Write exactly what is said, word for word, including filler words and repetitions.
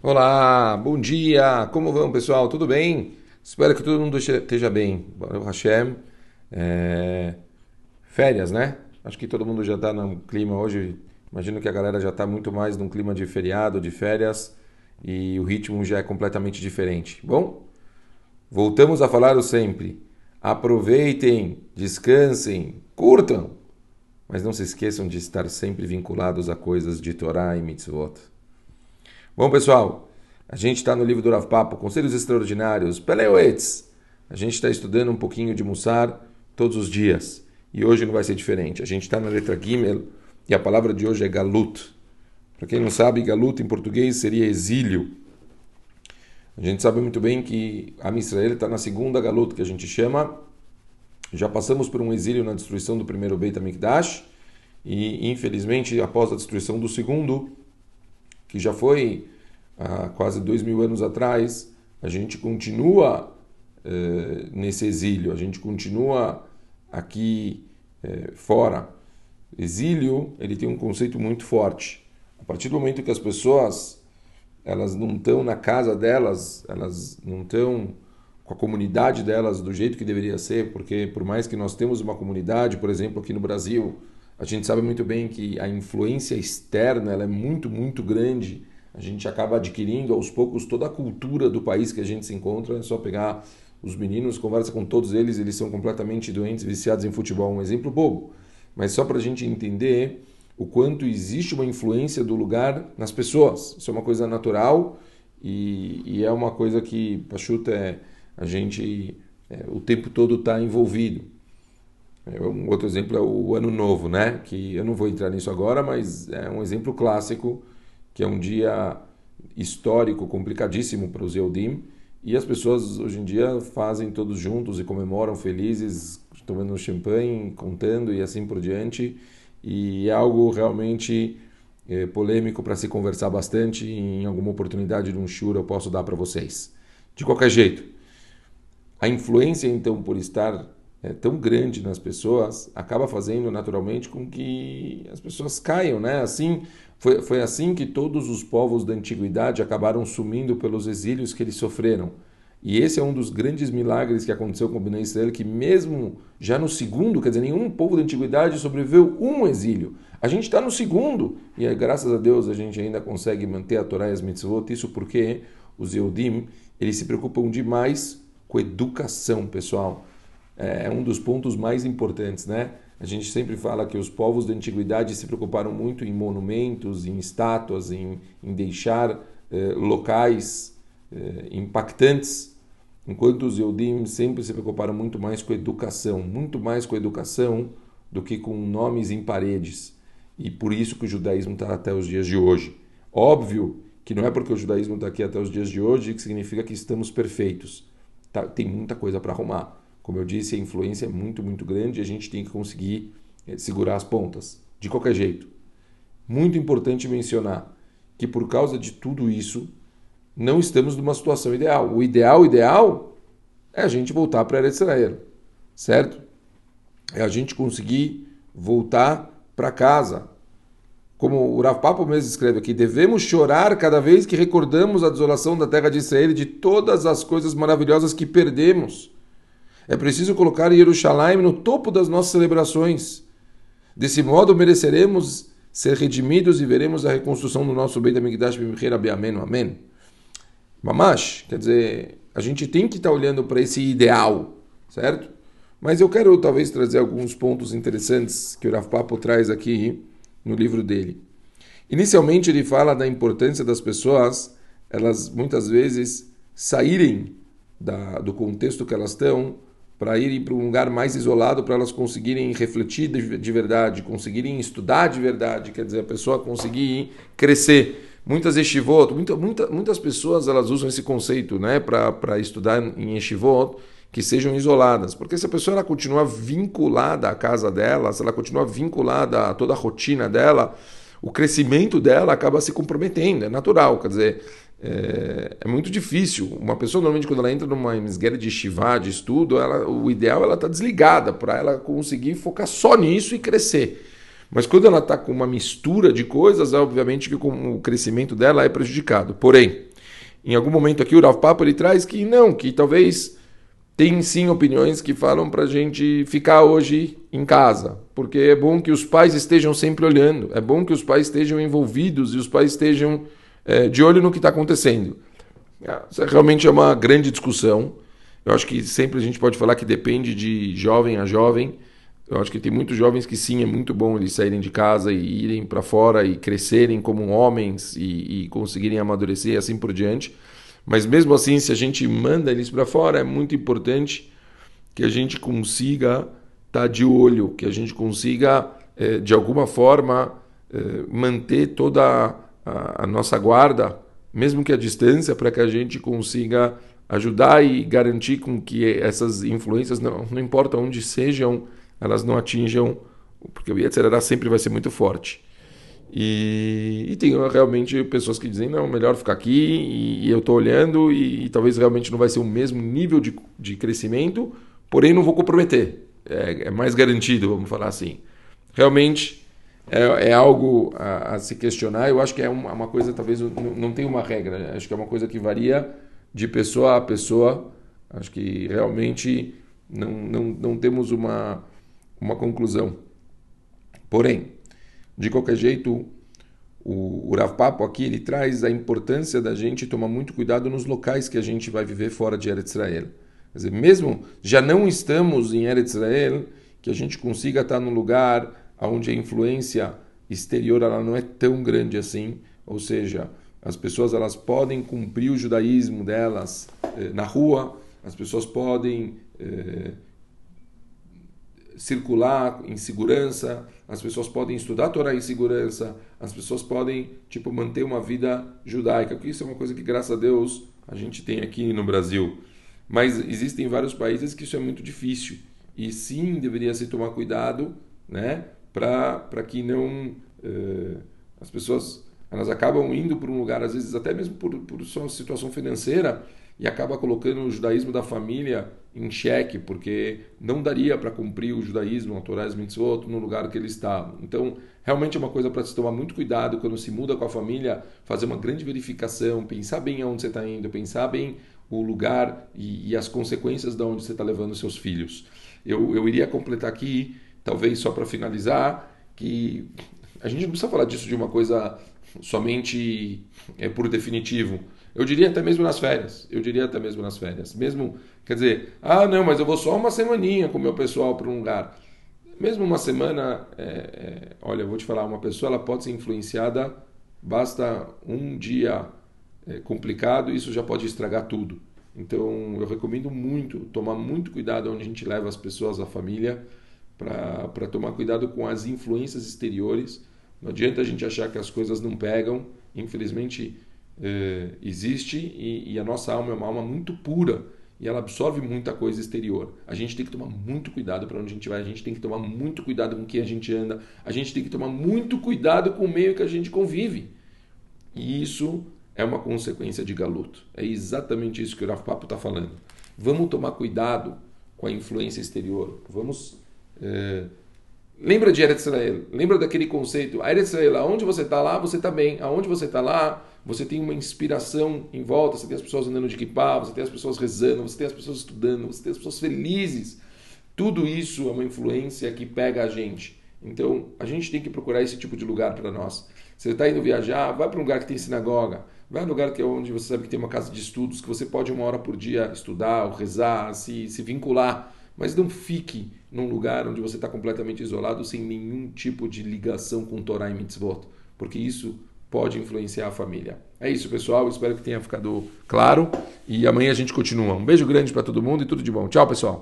Olá, bom dia, como vão pessoal? Tudo bem? Espero que todo mundo esteja bem. Baruch Hashem. É... Férias, né? Acho que todo mundo já está no clima hoje. Imagino que a galera já está muito mais num clima de feriado, de férias, e o ritmo já é completamente diferente. Bom, voltamos a falar o sempre. Aproveitem, descansem, curtam, mas não se esqueçam de estar sempre vinculados a coisas de Torá e Mitzvot. Bom, pessoal, a gente está no livro do Rav Papo, Conselhos Extraordinários, Peleoetz. A gente está estudando um pouquinho de Mussar todos os dias. E hoje não vai ser diferente. A gente está na letra Gimel e a palavra de hoje é Galut. Para quem não sabe, Galut em português seria exílio. A gente sabe muito bem que a Israel está na segunda Galut, que a gente chama. Já passamos por um exílio na destruição do primeiro Beit HaMikdash. E, infelizmente, após a destruição do segundo, que já foi há quase dois mil anos atrás, a gente continua eh, nesse exílio, a gente continua aqui eh, fora. Exílio, ele tem um conceito muito forte. A partir do momento que as pessoas elas não estão na casa delas, elas não estão com a comunidade delas do jeito que deveria ser, porque por mais que nós temos uma comunidade, por exemplo, aqui no Brasil, a gente sabe muito bem que a influência externa ela é muito, muito grande. A gente acaba adquirindo aos poucos toda a cultura do país que a gente se encontra. É só pegar os meninos, conversa com todos eles, eles são completamente doentes, viciados em futebol. Um exemplo bobo. Mas só para a gente entender o quanto existe uma influência do lugar nas pessoas. Isso é uma coisa natural e, e é uma coisa que, Pachuta, é, a gente é, o tempo todo está envolvido. Um outro exemplo é o Ano Novo, né? Que eu não vou entrar nisso agora, mas é um exemplo clássico, que é um dia histórico complicadíssimo para os Yehudim, e as pessoas hoje em dia fazem todos juntos e comemoram felizes, tomando champanhe, contando e assim por diante, e é algo realmente é, polêmico para se conversar bastante. Em alguma oportunidade de um shur eu posso dar para vocês. De qualquer jeito, a influência então por estar É, tão grande nas pessoas, acaba fazendo naturalmente com que as pessoas caiam, né? Assim, foi, foi assim que todos os povos da antiguidade acabaram sumindo pelos exílios que eles sofreram. E esse é um dos grandes milagres que aconteceu com o Bnei Israel, que mesmo já no segundo, quer dizer, nenhum povo da antiguidade sobreviveu um exílio. A gente está no segundo, e aí, graças a Deus a gente ainda consegue manter a Torá e as mitzvot, isso porque os Yehudim, eles se preocupam demais com educação, pessoal. É um dos pontos mais importantes, né? A gente sempre fala que os povos da antiguidade se preocuparam muito em monumentos, em estátuas, em, em deixar eh, locais eh, impactantes, enquanto os Yehudim sempre se preocuparam muito mais com a educação, muito mais com a educação do que com nomes em paredes. E por isso que o judaísmo está até os dias de hoje. Óbvio que não é porque o judaísmo está aqui até os dias de hoje que significa que estamos perfeitos. Tá, tem muita coisa para arrumar. Como eu disse, a influência é muito, muito grande e a gente tem que conseguir segurar as pontas. De qualquer jeito. Muito importante mencionar que por causa de tudo isso, não estamos numa situação ideal. O ideal, o ideal é a gente voltar para a Eretz Israel, certo? É a gente conseguir voltar para casa. Como o Rav Papo mesmo escreve aqui, devemos chorar cada vez que recordamos a desolação da terra de Israel e de todas as coisas maravilhosas que perdemos. É preciso colocar Jerusalém no topo das nossas celebrações. Desse modo, mereceremos ser redimidos e veremos a reconstrução do nosso Beit HaMikdash b'mihira b'ameno, amém. Mamash, quer dizer, a gente tem que estar olhando para esse ideal, certo? Mas eu quero talvez trazer alguns pontos interessantes que o Rav Papo traz aqui no livro dele. Inicialmente, ele fala da importância das pessoas, elas muitas vezes saírem da, do contexto que elas estão, para irem para um lugar mais isolado, para elas conseguirem refletir de, de verdade, conseguirem estudar de verdade, quer dizer, a pessoa conseguir crescer. Muitas yeshivot, muita, muita, muitas pessoas elas usam esse conceito, né, para estudar em yeshivot, que sejam isoladas, porque se a pessoa ela continua vinculada à casa dela, se ela continua vinculada a toda a rotina dela, o crescimento dela acaba se comprometendo, é natural, quer dizer, É, é muito difícil. Uma pessoa, normalmente, quando ela entra numa esgueira de shivá, de estudo, ela, o ideal é ela estar desligada, para ela conseguir focar só nisso e crescer. Mas quando ela está com uma mistura de coisas, é obviamente que o crescimento dela é prejudicado. Porém, em algum momento aqui o Rav Papa ele traz que não, que talvez tem sim opiniões que falam para a gente ficar hoje em casa, porque é bom que os pais estejam sempre olhando, é bom que os pais estejam envolvidos e os pais estejam é, de olho no que está acontecendo. Isso realmente é uma grande discussão. Eu acho que sempre a gente pode falar que depende de jovem a jovem. Eu acho que tem muitos jovens que sim, é muito bom eles saírem de casa e irem para fora e crescerem como homens e, e conseguirem amadurecer e assim por diante. Mas mesmo assim, se a gente manda eles para fora, é muito importante que a gente consiga estar de olho, que a gente consiga, de alguma forma, manter toda a nossa guarda, mesmo que à distância, para que a gente consiga ajudar e garantir com que essas influências, não, não importa onde sejam, elas não atinjam, porque o Yetzer Hara sempre vai ser muito forte. E, e tem realmente pessoas que dizem, não, melhor ficar aqui e, e eu estou olhando e, e talvez realmente não vai ser o mesmo nível de, de crescimento, porém não vou comprometer. É, é mais garantido, vamos falar assim. Realmente é, é algo a, a se questionar. Eu acho que é uma, uma coisa, talvez não, não tem uma regra, né? Acho que é uma coisa que varia de pessoa a pessoa. Acho que realmente não, não, não temos uma, uma conclusão. Porém, de qualquer jeito, o, o Rav Papa aqui ele traz a importância da gente tomar muito cuidado nos locais que a gente vai viver fora de Eretz Israel. Quer dizer, mesmo já não estamos em Eretz Israel, que a gente consiga estar num lugar onde a influência exterior ela não é tão grande assim, ou seja, as pessoas elas podem cumprir o judaísmo delas eh, na rua, as pessoas podem eh, circular em segurança, as pessoas podem estudar a Torá em segurança, as pessoas podem tipo manter uma vida judaica, que isso é uma coisa que graças a Deus a gente tem aqui no Brasil. Mas existem vários países que isso é muito difícil e sim deveria se tomar cuidado, né, para para que não eh, as pessoas elas acabam indo para um lugar às vezes até mesmo por por sua situação financeira e acaba colocando o judaísmo da família em xeque, porque não daria para cumprir o judaísmo, a Torá e as mitzvot, no lugar que ele está. Então, realmente é uma coisa para se tomar muito cuidado quando se muda com a família, fazer uma grande verificação, pensar bem aonde você está indo, pensar bem o lugar e, e as consequências de onde você está levando seus filhos. Eu, eu iria completar aqui, talvez só para finalizar, que a gente não precisa falar disso de uma coisa somente é, por definitivo. Eu diria até mesmo nas férias. Eu diria até mesmo nas férias. Mesmo, quer dizer, ah, não, mas eu vou só uma semaninha com o meu pessoal para um lugar. Mesmo uma semana, é, é, olha, eu vou te falar, uma pessoa ela pode ser influenciada, basta um dia é, complicado, isso já pode estragar tudo. Então, eu recomendo muito, tomar muito cuidado onde a gente leva as pessoas, a família, para tomar cuidado com as influências exteriores. Não adianta a gente achar que as coisas não pegam. Infelizmente, é, existe e, e a nossa alma é uma alma muito pura e ela absorve muita coisa exterior. A gente tem que tomar muito cuidado para onde a gente vai, a gente tem que tomar muito cuidado com quem a gente anda, a gente tem que tomar muito cuidado com o meio que a gente convive. E isso é uma consequência de galuto. É exatamente isso que o Rav Papa está falando. Vamos tomar cuidado com a influência exterior. Vamos... É, lembra de Eretz Israel, lembra daquele conceito, a Eretz Israel, aonde você está lá, você está bem, aonde você está lá, você tem uma inspiração em volta, você tem as pessoas andando de kippah, você tem as pessoas rezando, você tem as pessoas estudando, você tem as pessoas felizes, tudo isso é uma influência que pega a gente. Então, a gente tem que procurar esse tipo de lugar para nós. Você está indo viajar, vai para um lugar que tem sinagoga, vai para um lugar que é onde você sabe que tem uma casa de estudos, que você pode uma hora por dia estudar, ou rezar, se, se vincular. Mas não fique num lugar onde você está completamente isolado, sem nenhum tipo de ligação com Torá e Mitzvot, porque isso pode influenciar a família. É isso, pessoal. Espero que tenha ficado claro. E amanhã a gente continua. Um beijo grande para todo mundo e tudo de bom. Tchau, pessoal.